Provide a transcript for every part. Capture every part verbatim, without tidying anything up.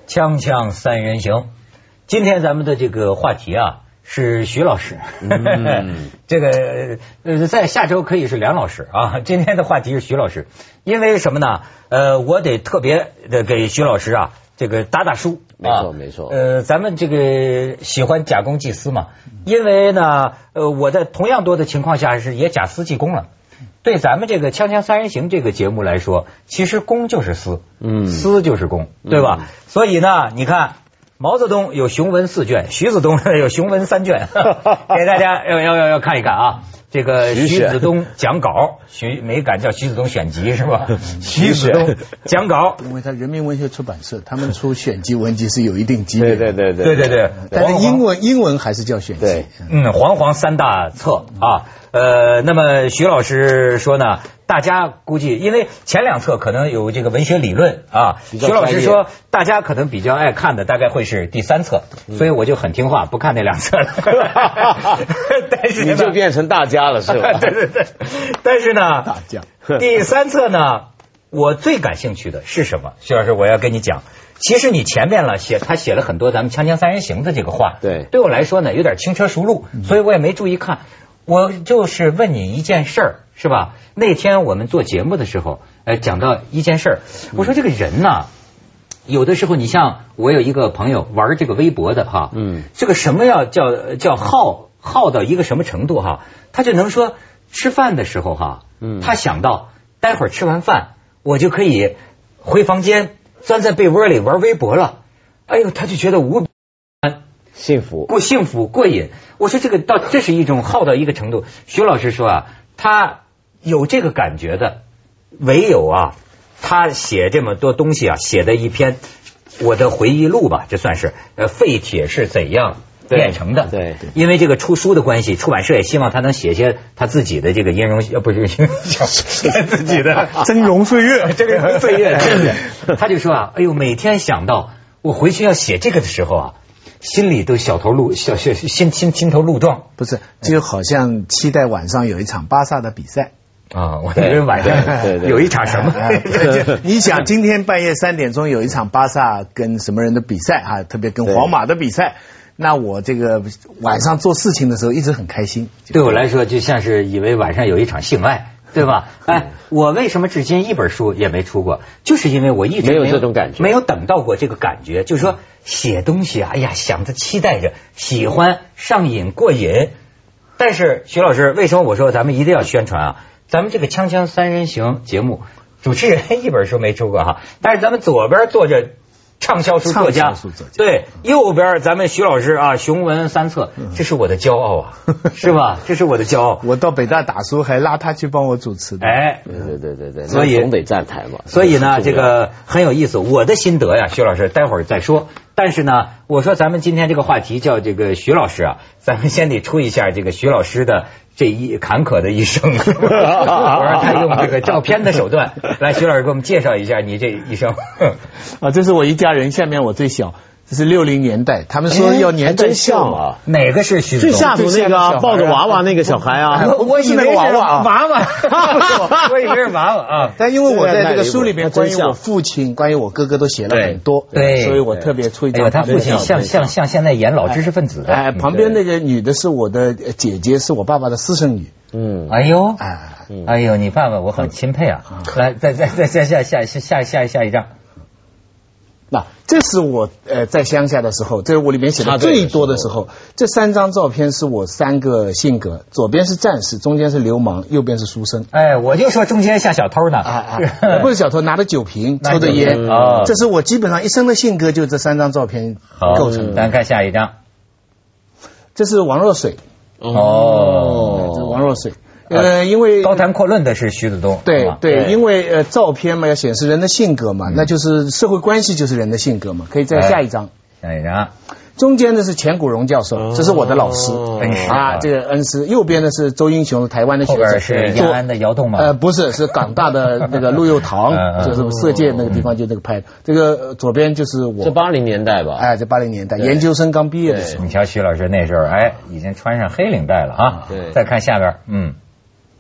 锵锵三人行，今天咱们的这个话题啊是徐老师，嗯、这个呃在下周可以是梁老师啊，今天的话题是徐老师，因为什么呢？呃，我得特别的给徐老师啊这个打打书， 没错没错。 呃，咱们这个喜欢假公济私嘛，因为呢，呃，我在同样多的情况下是也假私济公了。对咱们这个锵锵三人行这个节目来说，其实公就是私，嗯，私就是公，对吧？嗯、所以呢，你看毛泽东有雄文四卷，徐子东有雄文三卷，给大家要要要要看一看啊。这个徐子东讲稿，徐没敢叫徐子东选集是吧？徐子东讲稿， 因为他人民文学出版社，他们出选集文集是有一定级别的，对对对对对对， 但是英文英文还是叫选集。 对， 嗯，黄黄三大册啊。呃，那么徐老师说呢，大家估计因为前两册可能有这个文学理论啊，徐老师说大家可能比较爱看的大概会是第三册，嗯、所以我就很听话，不看那两册了。但是你就变成大家了是吧？ 对对对。但是呢， 大家第三册呢，我最感兴趣的是什么？徐老师，我要跟你讲。其实你前面了写，他写了很多咱们锵锵三人行的这个话， 对， 对我来说呢有点轻车熟路，所以我也没注意看。我就是问你一件事儿，是吧？那天我们做节目的时候，呃，讲到一件事儿，我说这个人呐，有的时候你像我有一个朋友玩这个微博的哈，嗯，这个什么要叫叫耗耗到一个什么程度哈，他就能说吃饭的时候哈，嗯，他想到待会儿吃完饭我就可以回房间钻在被窝里玩微博了，哎呦，他就觉得无比幸福， 过幸福过瘾。我说这个到这是一种耗到一个程度。徐老师说啊，他有这个感觉的，唯有啊，他写这么多东西啊，写的一篇我的回忆录吧，这算是呃废铁是怎样炼成的。 对， 对因为这个出书的关系，出版社也希望他能写些他自己的这个音容，呃不是自己的峥嵘岁月， 峥嵘岁月，真的。他就说啊，哎呦，每天想到我回去要写这个的时候啊。心里都小头露小小心心心头露状， 不是就好像期待晚上有一场巴萨的比赛啊！我以为晚上有一场什么？ 你想今天半夜三点钟有一场巴萨跟什么人的比赛啊？特别跟皇马的比赛，那我这个晚上做事情的时候一直很开心。 对我来说，就像是以为晚上有一场性爱。对吧？哎，我为什么至今一本书也没出过？就是因为我一直没有这种感觉， 没有等到过这个感觉。就是说写东西啊，哎呀，想着期待着，喜欢上瘾过瘾。但是徐老师，为什么我说咱们一定要宣传啊？咱们这个锵锵三人行节目，主持人一本书没出过哈，但是咱们左边坐着畅销书作家，对，右边咱们徐老师啊，雄文三册，这是我的骄傲啊，是吧？这是我的骄傲。 我到北大打书还拉他去帮我主持的， 哎， 对对对对对， 所以总得站台嘛。 所以呢，这个很有意思。我的心得呀，徐老师待会儿再说。但是呢，我说咱们今天这个话题叫这个徐老师啊，咱们先得出一下这个徐老师的这一坎坷的一生。我让他用这个照片的手段来，徐老师给我们介绍一下你这一生。 啊，这是我一家人，下面我最小。这是六零年代，他们说要年代像啊， 哪个是徐子东？ 最下头那个抱着娃娃那个小孩啊， 我我以为是娃娃，娃娃，我以为是娃娃啊。 但因为我在这个书里面关于我父亲、关于我哥哥都写了很多， 对， 所以我特别出一张。 哎呦，他父亲像像像现在演老知识分子的。 哎，旁边那个女的是我的姐姐，是我爸爸的私生女。 嗯，哎呦，哎，哎呦，你爸爸我很钦佩啊。来，再再再再下下下下下一张。 那这是我呃在乡下的时候，这是我里面写的最多的时候。这三张照片是我三个性格，左边是战士，中间是流氓，右边是书生。 哎，我就说中间像小偷呢， 啊啊，不是小偷，拿着酒瓶，抽着烟。 哦， 这是我基本上一生的性格，就这三张照片构成的。 咱看下一张， 这是王若水。 哦， 这是王若水。呃，因为高谈阔论的是徐子东， 对对，因为呃照片嘛要显示人的性格嘛，那就是社会关系就是人的性格嘛。可以再下一张， 下一张， 中间的是钱谷荣教授，这是我的老师，恩师啊，这个恩师。右边的是周英雄，台湾的学生。 后边是延安的窑洞吗？ 呃，不是，是港大的那个陆佑堂，就是射箭那个地方就那个拍的。这个左边就是我， 这八零年代吧？ 哎，这八零年代，研究生刚毕业的时候。 你瞧徐老师那时候，哎，已经穿上黑领带了啊。对，再看下边，嗯。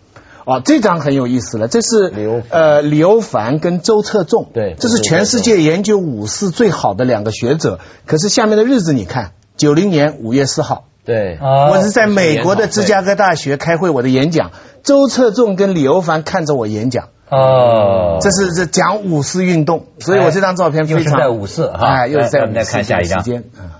哦，这张很有意思了，这是呃李欧梵跟周策纵， 对， 这是全世界研究五四最好的两个学者。可是下面的日子你看，九零年五月四号， 对， 我是在美国的芝加哥大学开会，我的演讲，周策纵跟李欧梵看着我演讲。 哦， 这是这讲五四运动，所以我这张照片非常又是在五四哈， 哎，又是在五四。 我们再看下一张。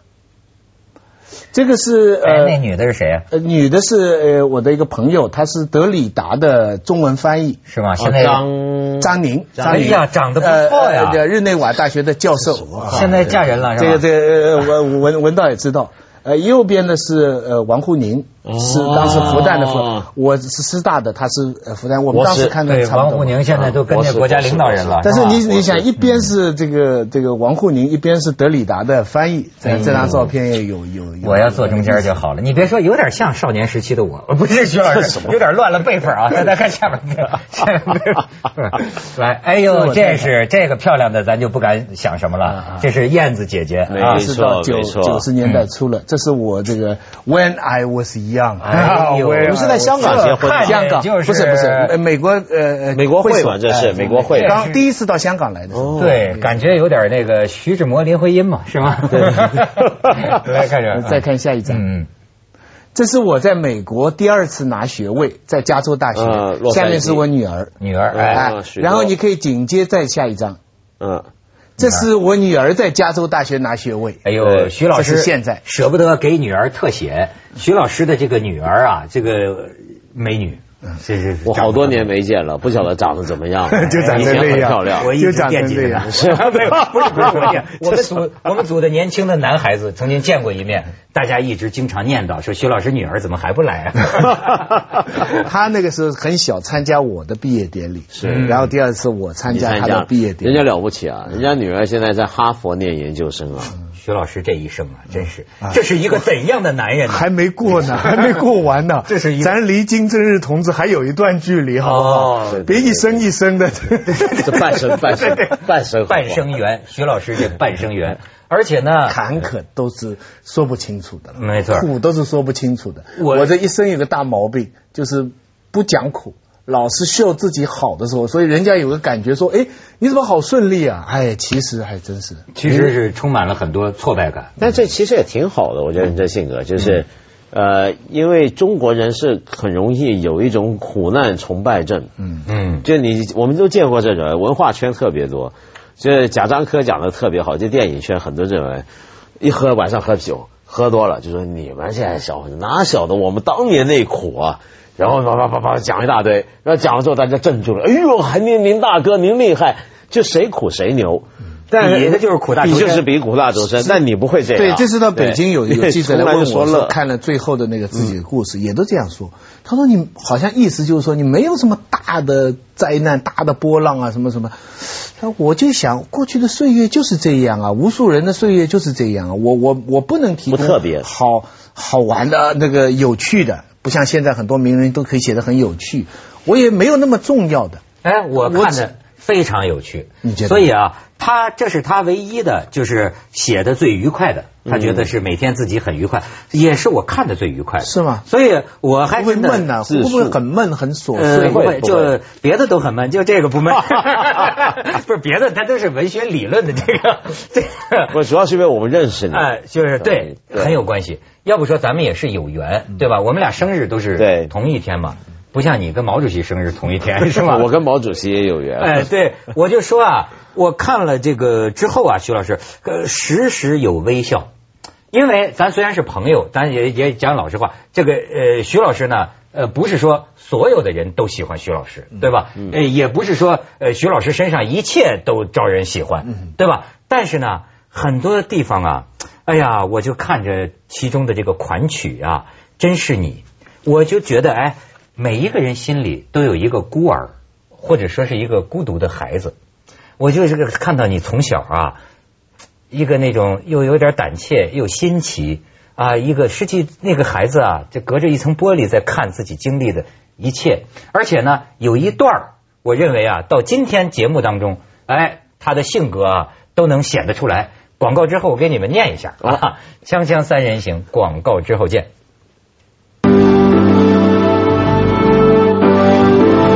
这个是呃， 那女的是谁啊？ 呃，女的是呃我的一个朋友，她是德里达的中文翻译， 是吗？现在张张宁， 哎呀，长得不错呀， 呃，日内瓦大学的教授， 现在嫁人了是吧？ 这个这个文文文道也知道。呃，右边的是呃王沪宁，是当时复旦的复，我是师大的，他是呃复旦，我们当时看的差不多。 王沪宁现在都跟着国家领导人了。 但是你你想，一边是这个这个王沪宁，一边是德里达的翻译，这这张照片也有有。 我要坐中间就好了。你别说，有点像少年时期的我，不是徐老师，有点乱了辈分啊。再看下面这个，下面来，哎呦，这是这个漂亮的，咱就不敢想什么了。这是燕子姐姐啊， 是到九九十年代初了。这是我这个 When I was young， 哎呦， 我们是在香港结婚， 香港不是不是美国呃美国会嘛，这是美国会， 刚第一次到香港来的时候， 对，感觉有点那个徐志摩林徽因嘛，是吗？对，来看着， 再看下一张，嗯，这是我在美国第二次拿学位，在加州大学，下面是我女儿， 女儿，哎， 然后你可以紧接再下一张， 嗯。 这是我女儿在加州大学拿学位。 哎呦，徐老师现在舍不得给女儿特写。徐老师的这个女儿啊，这个美女，是是， 我好多年没见了，不晓得长得怎么样， 就长得那样， 漂亮， 我一直惦记着呢。是，没有，不是不是我见，我们组我们组的年轻的男孩子曾经见过一面，大家一直经常念叨说徐老师女儿怎么还不来啊？ 他那个时候很小，参加我的毕业典礼， 是， 然后第二次我参加他的毕业典礼， 人家了不起啊，人家女儿现在在哈佛念研究生啊。 徐老师这一生啊，真是，这是一个怎样的男人呢？ 还没过呢，还没过完呢。 这是一， 咱离金正日同志还有一段距离，好不好？别一生一生的， 这半生半生半生半生缘。徐老师这半生缘，而且呢， 坎坷都是说不清楚的， 没错， 苦都是说不清楚的。我这一生有个大毛病，就是不讲苦。老是秀自己好的时候，所以人家有个感觉说，哎，你怎么好顺利啊？哎，其实还真是， 其实是充满了很多挫败感。 但这其实也挺好的，我觉得你这性格就是，呃，因为中国人是很容易有一种苦难崇拜症。嗯嗯，就你我们都见过这种，文化圈特别多。这贾樟柯讲的特别好，就电影圈很多认为，一喝晚上喝酒喝多了，就说你们现在小伙子哪晓得我们当年那苦啊。然后叭叭叭叭讲一大堆，然后讲了之后大家镇住了，哎呦，还您您大哥您厉害，就谁苦谁牛， 但比的就是苦大仇深， 你就是比苦大仇深，但你不会这样。 对，这次到北京有有记者来问我说，看了最后的那个自己的故事，也都这样说。他说你好像意思就是说你没有什么大的灾难、大的波浪啊，什么什么。他我就想，过去的岁月就是这样啊，无数人的岁月就是这样啊，我我我不能提供特别好好玩的那个有趣的。不像现在很多名人都可以写得很有趣，我也没有那么重要的。 哎，我看着非常有趣， 你觉得？ 所以啊，他这是他唯一的，就是写的最愉快的。他觉得是每天自己很愉快，嗯、也是我看的最愉快的。 是吗？ 所以我还真的会闷呢、啊，会不会很闷很琐碎？ 呃、不会，就别的都很闷，就这个不闷。不是别的，他都是文学理论的这个这个。 不，主要是因为我们认识你。 哎、呃，就是对，对很有关系。要不说咱们也是有缘，对吧？我们俩生日都是同一天嘛。不像你跟毛主席生日同一天是吧？ 我跟毛主席也有缘。 哎，对，我就说啊，我看了这个之后啊，徐老师，呃，时时有微笑，因为咱虽然是朋友，咱也也讲老实话，这个呃，徐老师呢，呃，不是说所有的人都喜欢徐老师，对吧？嗯、呃，也不是说呃，徐老师身上一切都招人喜欢，嗯、对吧？但是呢，很多地方啊，哎呀，我就看着其中的这个款曲啊，真是你，我就觉得哎。每一个人心里都有一个孤儿，或者说是一个孤独的孩子。我就是个看到你从小啊，一个那种又有点胆怯又新奇啊，一个实际那个孩子啊，就隔着一层玻璃在看自己经历的一切。而且呢，有一段我认为啊，到今天节目当中，哎，他的性格啊都能显得出来。广告之后我给你们念一下啊，锵锵三人行，广告之后见。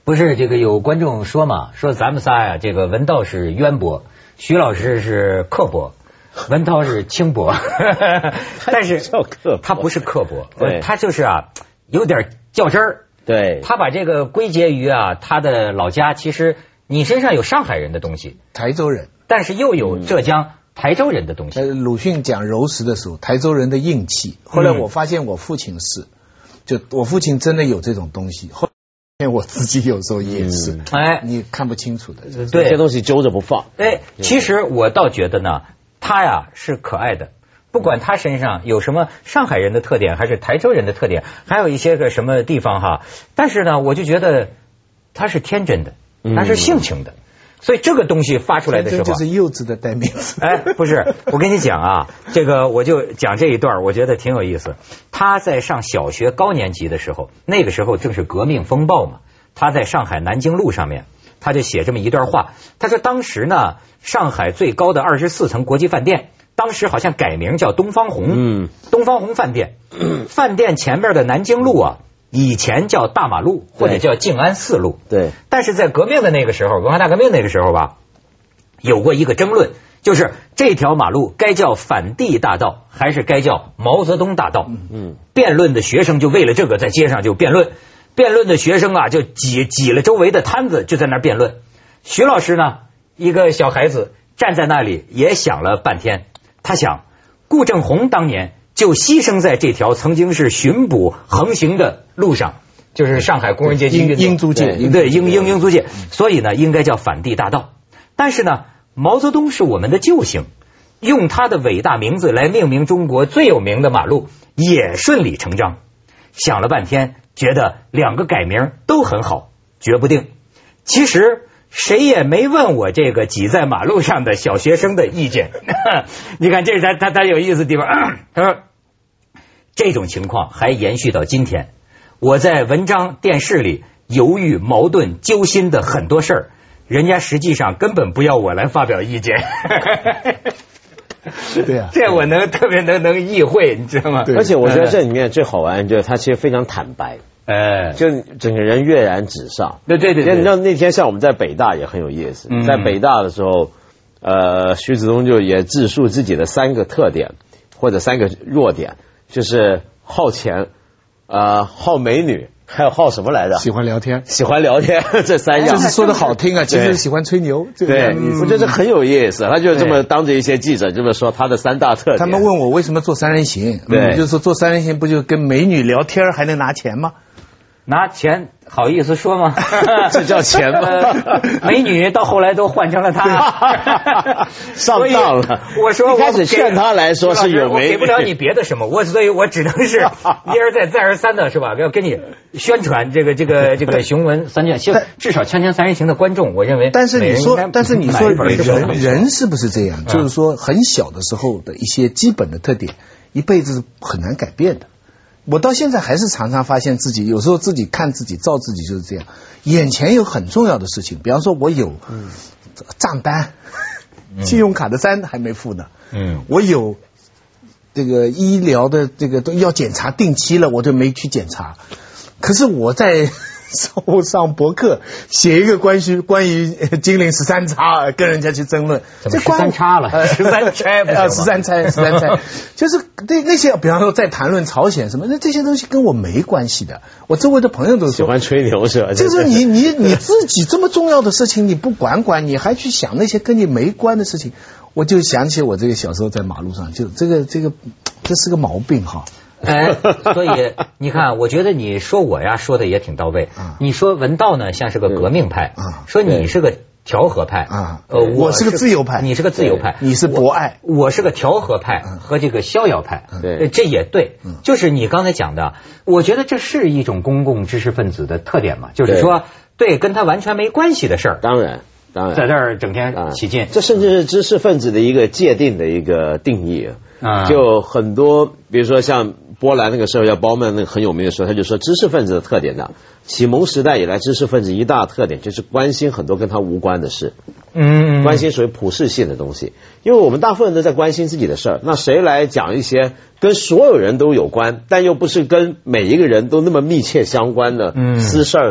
不是这个有观众说嘛，说咱们仨呀，这个文道是渊博，徐老师是刻薄，文涛是轻薄，但是他不是刻薄，他就是啊有点较真儿。 对， 他把这个归结于啊他的老家，其实你身上有上海人的东西， 台州人， 但是又有浙江、嗯、台州人的东西。 鲁迅讲柔石的时候，台州人的硬气。后来我发现我父亲是，就我父亲真的有这种东西。后来我自己有时候也是，哎、嗯，你看不清楚的， 对，这些东西揪着不放。 哎，其实我倒觉得呢，他呀是可爱的。不管他身上有什么上海人的特点，还是台州人的特点，还有一些个什么地方哈，但是呢，我就觉得他是天真的，他是性情的，嗯、所以这个东西发出来的时候， 这就是幼稚的代名词。 哎，不是，我跟你讲啊，这个我就讲这一段，我觉得挺有意思。他在上小学高年级的时候，那个时候正是革命风暴嘛，他在上海南京路上面，他就写这么一段话，他说当时呢，上海最高的二十四层国际饭店。当时好像改名叫东方红，嗯，东方红饭店，嗯、饭店前面的南京路啊，以前叫大马路或者叫静安四路， 对。 但是在革命的那个时候，文化大革命那个时候吧，有过一个争论，就是这条马路该叫反帝大道还是该叫毛泽东大道？嗯，辩论的学生就为了这个在街上就辩论，辩论的学生啊就挤挤了周围的摊子就在那儿辩论。徐老师呢，一个小孩子站在那里也想了半天。他想，顾正红当年就牺牲在这条曾经是巡捕横行的路上，就是上海工人阶级运动英租界， 对英英英租界，所以呢，应该叫反帝大道。但是呢，毛泽东是我们的救星，用他的伟大名字来命名中国最有名的马路，也顺理成章。想了半天，觉得两个改名都很好，决不定。其实。谁也没问我这个挤在马路上的小学生的意见。你看，这是他他他有意思的地方。他说，这种情况还延续到今天。我在文章、电视里犹豫、矛盾、揪心的很多事儿，人家实际上根本不要我来发表意见。 对啊， 这我能特别能能意会，你知道吗？ 而且我觉得这里面最好玩就是他其实非常坦白。哎，就整个人跃然纸上。 对对对， 你知道那天像我们在北大也很有意思，嗯、在北大的时候，呃，徐子东就也自述自己的三个特点或者三个弱点，就是好钱，呃，好美女，还有好什么来着？ 喜欢聊天， 喜欢聊天这三样， 就是说的好听啊，其实喜欢吹牛。 对，我觉得很有意思。他就这么当着一些记者这么说他的三大特点。 他们问我为什么做三人行，对，就是说做三人行不就跟美女聊天还能拿钱吗？ 拿钱好意思说吗？ 这叫钱吗？ 美女到后来都换成了他， 上当了。 我说一开始劝他来说是有美女， 我给不了你别的什么，我所以我只能是一而再再而三的是吧？要跟你宣传这个这个这个雄文三卷，至少《锵锵三人行》的观众，我认为。 但是你说，但是你说人人是不是这样？就是说很小的时候的一些基本的特点，一辈子是很难改变的。我到现在还是常常发现自己，有时候自己看自己照自己就是这样。眼前有很重要的事情，比方说我有账单，嗯、信用卡的单还没付呢。嗯，我有这个医疗的这个都要检查定期了，我就没去检查。可是我在上上博客写一个关于关于金陵十三钗，跟人家去争论， 这十三钗了，十三钗啊，十三钗，十三钗，就是那那些，比方说在谈论朝鲜什么，那这些东西跟我没关系的。我周围的朋友都说喜欢吹牛是吧？ 就是你你你自己这么重要的事情你不管管，你还去想那些跟你没关的事情，我就想起我这个小时候在马路上，就这个这个这是个毛病哈。 哎，所以你看，我觉得你说我呀说的也挺到位。啊、你说文道呢像是个革命派，啊、说你是个调和派啊，呃，我是个自由派， 你是个自由派， 你是博爱， 我是个调和派和这个逍遥派。 对， 这也对，就是你刚才讲的，我觉得这是一种公共知识分子的特点嘛，就是说对跟他完全没关系的事儿， 当然。当然， 在这儿整天起劲， 这甚至是知识分子的一个界定的一个定义啊。就很多，比如说像波兰那个时候，叫包曼那个很有名的时候，他就说知识分子的特点呢，启蒙时代以来，知识分子一大特点就是关心很多跟他无关的事，嗯，关心属于普世性的东西。因为我们大部分人都在关心自己的事儿，那谁来讲一些跟所有人都有关，但又不是跟每一个人都那么密切相关的私事儿呢？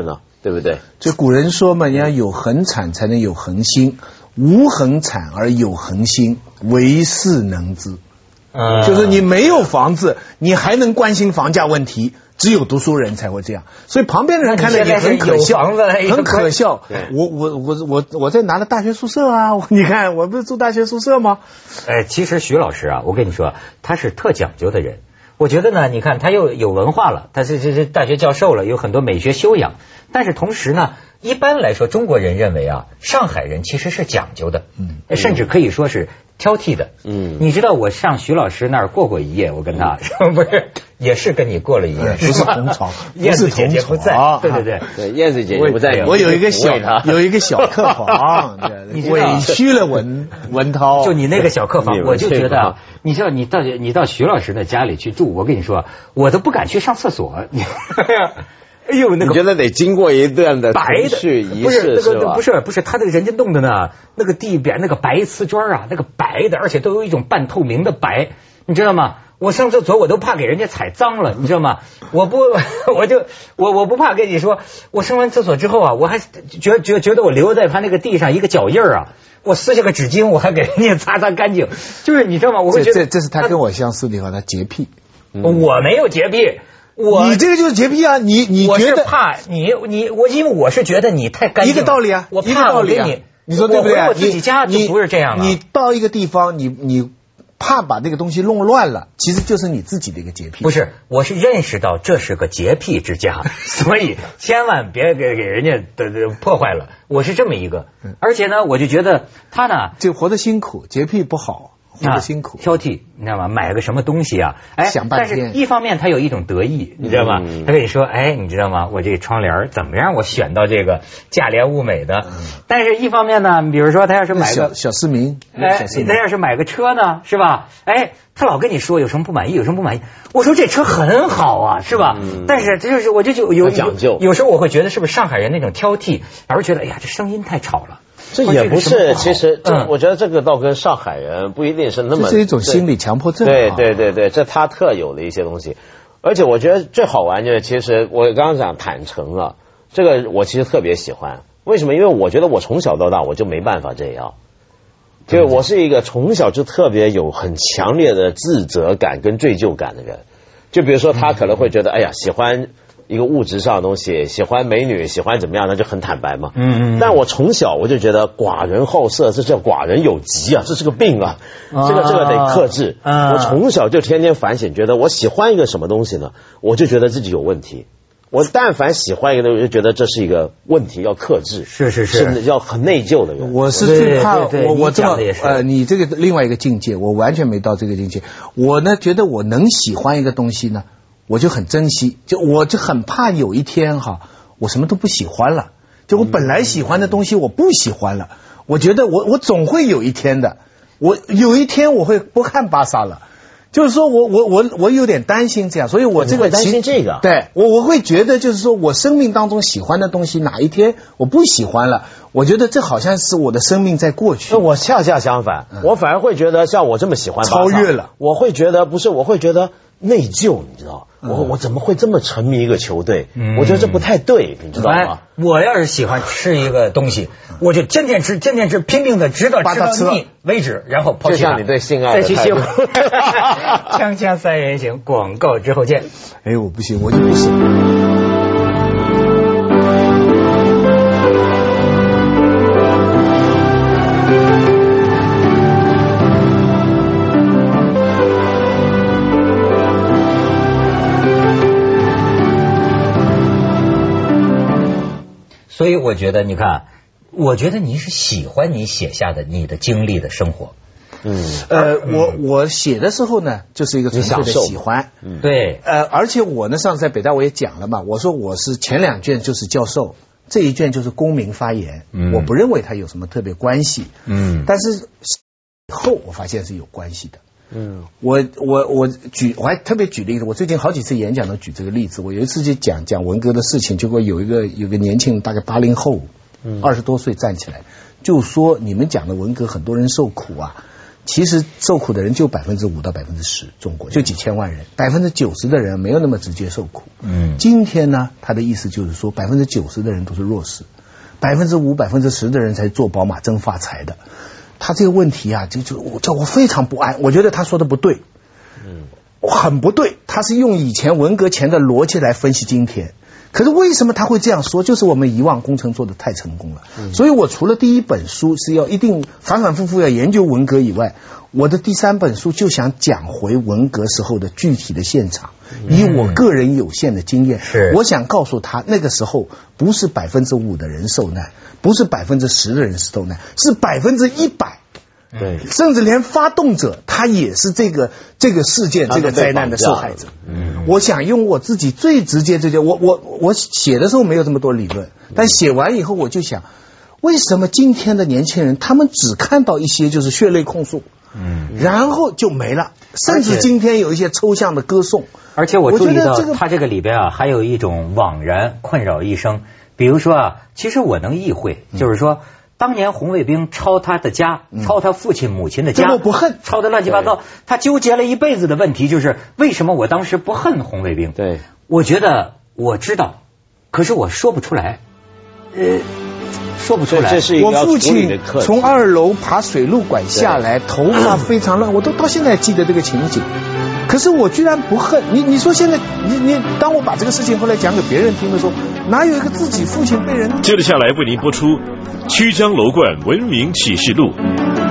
对不对？ 就古人说嘛，你要有恒产才能有恒心，无恒产而有恒心，为士能之。嗯，就是你没有房子，你还能关心房价问题，只有读书人才会这样。所以旁边的人看了也很可笑，很可笑。我我我我我在拿了大学宿舍啊，你看我不是住大学宿舍吗？ 哎，其实徐老师啊，我跟你说，他是特讲究的人。我觉得呢，你看他又有文化了，他是这这大学教授了，有很多美学修养。但是同时呢，一般来说，中国人认为啊，上海人其实是讲究的，嗯，甚至可以说是挑剔的，嗯。你知道我上徐老师那儿过过一夜，我跟他、嗯、不是也是跟你过了一夜， 不是同床， 燕子姐姐不在，对对对对，燕子姐姐不在， 我有一个小有一个小客房，委屈了文文涛， 就你那个小客房，我就觉得啊，你知道你到你到徐老师的家里去住，我跟你说，我都不敢去上厕所。哎呦，那个你觉得得经过一段的白的仪式是吧？不是不是，他这个人家弄的呢，那个地边那个白瓷砖啊，那个白的，而且都有一种半透明的白，你知道吗？我上厕所我都怕给人家踩脏了，你知道吗？我不我就我我不怕跟你说，我上完厕所之后啊，我还觉觉觉得我留在他那个地上一个脚印啊，我撕下个纸巾，我还给人家擦擦干净。就是你知道吗？我会觉得这这是他跟我相似的地方，他洁癖。 嗯、我没有洁癖。我你这个就是洁癖啊！你你觉得我是怕你你我，因为我是觉得你太干净， 一个道理啊， 我怕我给你， 啊、你说对不对？ 我自己家就不是这样了。 你到一个地方，你你怕把那个东西弄乱了，其实就是你自己的一个洁癖。 不是，我是认识到这是个洁癖之家，所以千万别给给人家的的破坏了。我是这么一个，而且呢，我就觉得他呢就活得辛苦，洁癖不好。啊，辛苦挑剔，你知道吗？买个什么东西啊？哎， 想半天。 但是一方面他有一种得意，你知道吗？嗯、他跟你说，哎，你知道吗？我这个窗帘怎么让我选到这个价廉物美的？嗯、但是一方面呢，比如说他要是买个小小市民， 哎，他要是买个车呢，是吧？哎，他老跟你说有什么不满意，有什么不满意。我说这车很好啊，是吧？嗯、但是这就是我就就有讲究， 有时候我会觉得是不是上海人那种挑剔，老是觉得哎呀这声音太吵了。 这也不是，其实这我觉得这个倒跟上海人不一定是那么， 这是一种心理强迫症。 对对对对，这他特有的一些东西。而且我觉得最好玩就是，其实我刚刚讲坦诚了，这个我其实特别喜欢。为什么？因为我觉得我从小到大我就没办法这样，就是我是一个从小就特别有很强烈的自责感跟罪疚感的人。就比如说他可能会觉得，哎呀，喜欢一个物质上的东西，喜欢美女，喜欢怎么样，那就很坦白嘛。嗯嗯。但我从小我就觉得寡人好色，这叫寡人有疾啊，这是个病啊，啊这个这个得克制。啊、我从小就天天反省，觉得我喜欢一个什么东西呢，我就觉得自己有问题。我但凡喜欢一个东西，就觉得这是一个问题，要克制。 是是是， 是要很内疚的人。 我是最怕我我这么呃，你这个另外一个境界，我完全没到这个境界。我呢，觉得我能喜欢一个东西呢，我就很珍惜，就我就很怕有一天哈，我什么都不喜欢了，就我本来喜欢的东西我不喜欢了，我觉得我我总会有一天的，我有一天我会不看巴萨了。就是说我我我我有点担心这样，所以我这个担心这个， 对我我会觉得就是说我生命当中喜欢的东西哪一天我不喜欢了，我觉得这好像是我的生命在过去。 我恰恰相反，嗯、我反而会觉得像我这么喜欢超越了， 我会觉得不是，我会觉得内疚，你知道，嗯、我我怎么会这么沉迷一个球队？嗯、我觉得这不太对，你知道吗？ 我要是喜欢吃一个东西，我就天天吃，天天吃，拼命的直到吃到腻为止，然后抛弃它。 就像你对性爱的态度。 锵锵三人行，广告之后见。 哎，我不行，我就不行。 所以我觉得，你看，我觉得你是喜欢你写下的你的经历的生活。 嗯，呃，我我写的时候呢，就是一个纯粹的喜欢。 嗯，对。 呃，而且我呢，上次在北大我也讲了嘛，我说我是前两卷就是教授，这一卷就是公民发言。嗯，我不认为它有什么特别关系。嗯，但是以后我发现是有关系的。嗯，我我我举我还特别举例子，我最近好几次演讲都举这个例子。我有一次就讲讲文革的事情，结果有一个有个年轻人，大概八零后，二十多岁站起来，就说你们讲的文革很多人受苦啊， 其实受苦的人就百分之五到百分之十，中国就几千万人，百分之九十的人没有那么直接受苦。嗯，今天呢，他的意思就是说，百分之九十的人都是弱势，百分之五、百分之十的人才做宝马真发财的。他这个问题啊，就就我叫我非常不安，我觉得他说的不对，嗯，很不对，他是用以前文革前的逻辑来分析今天。可是为什么他会这样说？就是我们遗忘工程做得太成功了。嗯、所以我除了第一本书是要一定反反复复要研究文革以外，我的第三本书就想讲回文革时候的具体的现场，嗯、以我个人有限的经验，是我想告诉他，那个时候不是百分之五的人受难，不是百分之十的人受难，是百分之一百。对，甚至连发动者他也是这个这个事件这个灾难的受害者。嗯，我想用我自己最直接直接，我我我写的时候没有这么多理论，但写完以后我就想，为什么今天的年轻人他们只看到一些就是血泪控诉，嗯，然后就没了，甚至今天有一些抽象的歌颂。 而且我注意到他这个里边啊，还有一种枉然困扰一生。比如说啊，其实我能意会，就是说。当年红卫兵抄他的家，抄他父亲母亲的家， 我不恨， 抄的乱七八糟。他纠结了一辈子的问题就是为什么我当时不恨红卫兵？ 对， 我觉得我知道，可是我说不出来，呃，说不出来。 这是一个我父亲从二楼爬水路管下来，头发非常乱，我都到现在记得这个情景。可是我居然不恨你，你说现在你你，当我把这个事情后来讲给别人听的时候，哪有一个自己父亲被人？ 接着下来为您播出《曲江楼观文明启示录》。